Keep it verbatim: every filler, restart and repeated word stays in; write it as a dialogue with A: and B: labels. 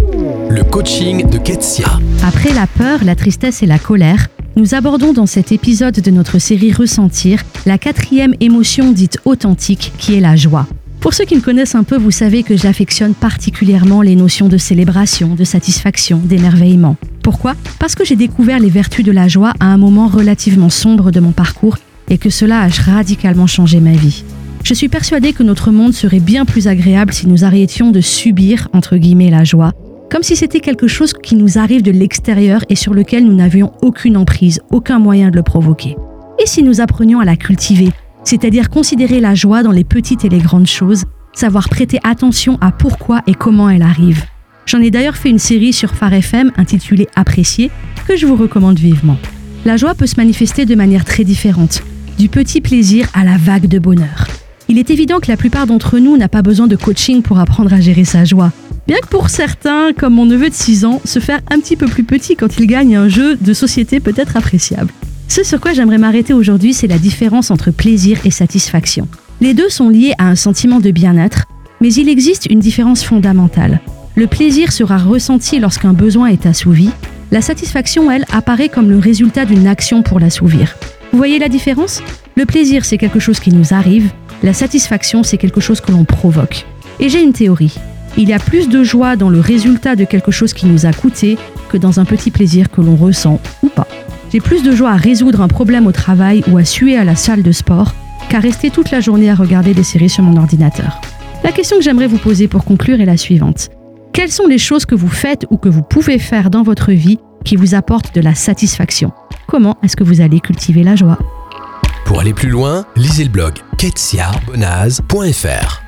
A: Le coaching de Ketsia.
B: Après la peur, la tristesse et la colère, nous abordons dans cet épisode de notre série Ressentir la quatrième émotion dite authentique qui est la joie. Pour ceux qui me connaissent un peu, vous savez que j'affectionne particulièrement les notions de célébration, de satisfaction, d'émerveillement. Pourquoi ? Parce que j'ai découvert les vertus de la joie à un moment relativement sombre de mon parcours et que cela a radicalement changé ma vie. Je suis persuadée que notre monde serait bien plus agréable si nous arrêtions de subir, entre guillemets, la joie, comme si c'était quelque chose qui nous arrive de l'extérieur et sur lequel nous n'avions aucune emprise, aucun moyen de le provoquer. Et si nous apprenions à la cultiver, c'est-à-dire considérer la joie dans les petites et les grandes choses, savoir prêter attention à pourquoi et comment elle arrive. J'en ai d'ailleurs fait une série sur Phare F M intitulée « Apprécier » que je vous recommande vivement. La joie peut se manifester de manière très différente, du petit plaisir à la vague de bonheur. Il est évident que la plupart d'entre nous n'a pas besoin de coaching pour apprendre à gérer sa joie. Bien que pour certains, comme mon neveu de six ans, se faire un petit peu plus petit quand il gagne un jeu de société peut être appréciable. Ce sur quoi j'aimerais m'arrêter aujourd'hui, c'est la différence entre plaisir et satisfaction. Les deux sont liés à un sentiment de bien-être, mais il existe une différence fondamentale. Le plaisir sera ressenti lorsqu'un besoin est assouvi. La satisfaction, elle, apparaît comme le résultat d'une action pour l'assouvir. Vous voyez la différence ? Le plaisir, c'est quelque chose qui nous arrive. La satisfaction, c'est quelque chose que l'on provoque. Et j'ai une théorie. Il y a plus de joie dans le résultat de quelque chose qui nous a coûté que dans un petit plaisir que l'on ressent ou pas. J'ai plus de joie à résoudre un problème au travail ou à suer à la salle de sport qu'à rester toute la journée à regarder des séries sur mon ordinateur. La question que j'aimerais vous poser pour conclure est la suivante. Quelles sont les choses que vous faites ou que vous pouvez faire dans votre vie qui vous apportent de la satisfaction ? Comment est-ce que vous allez cultiver la joie ?
A: Pour aller plus loin, lisez le blog ketsia bonaz point f r.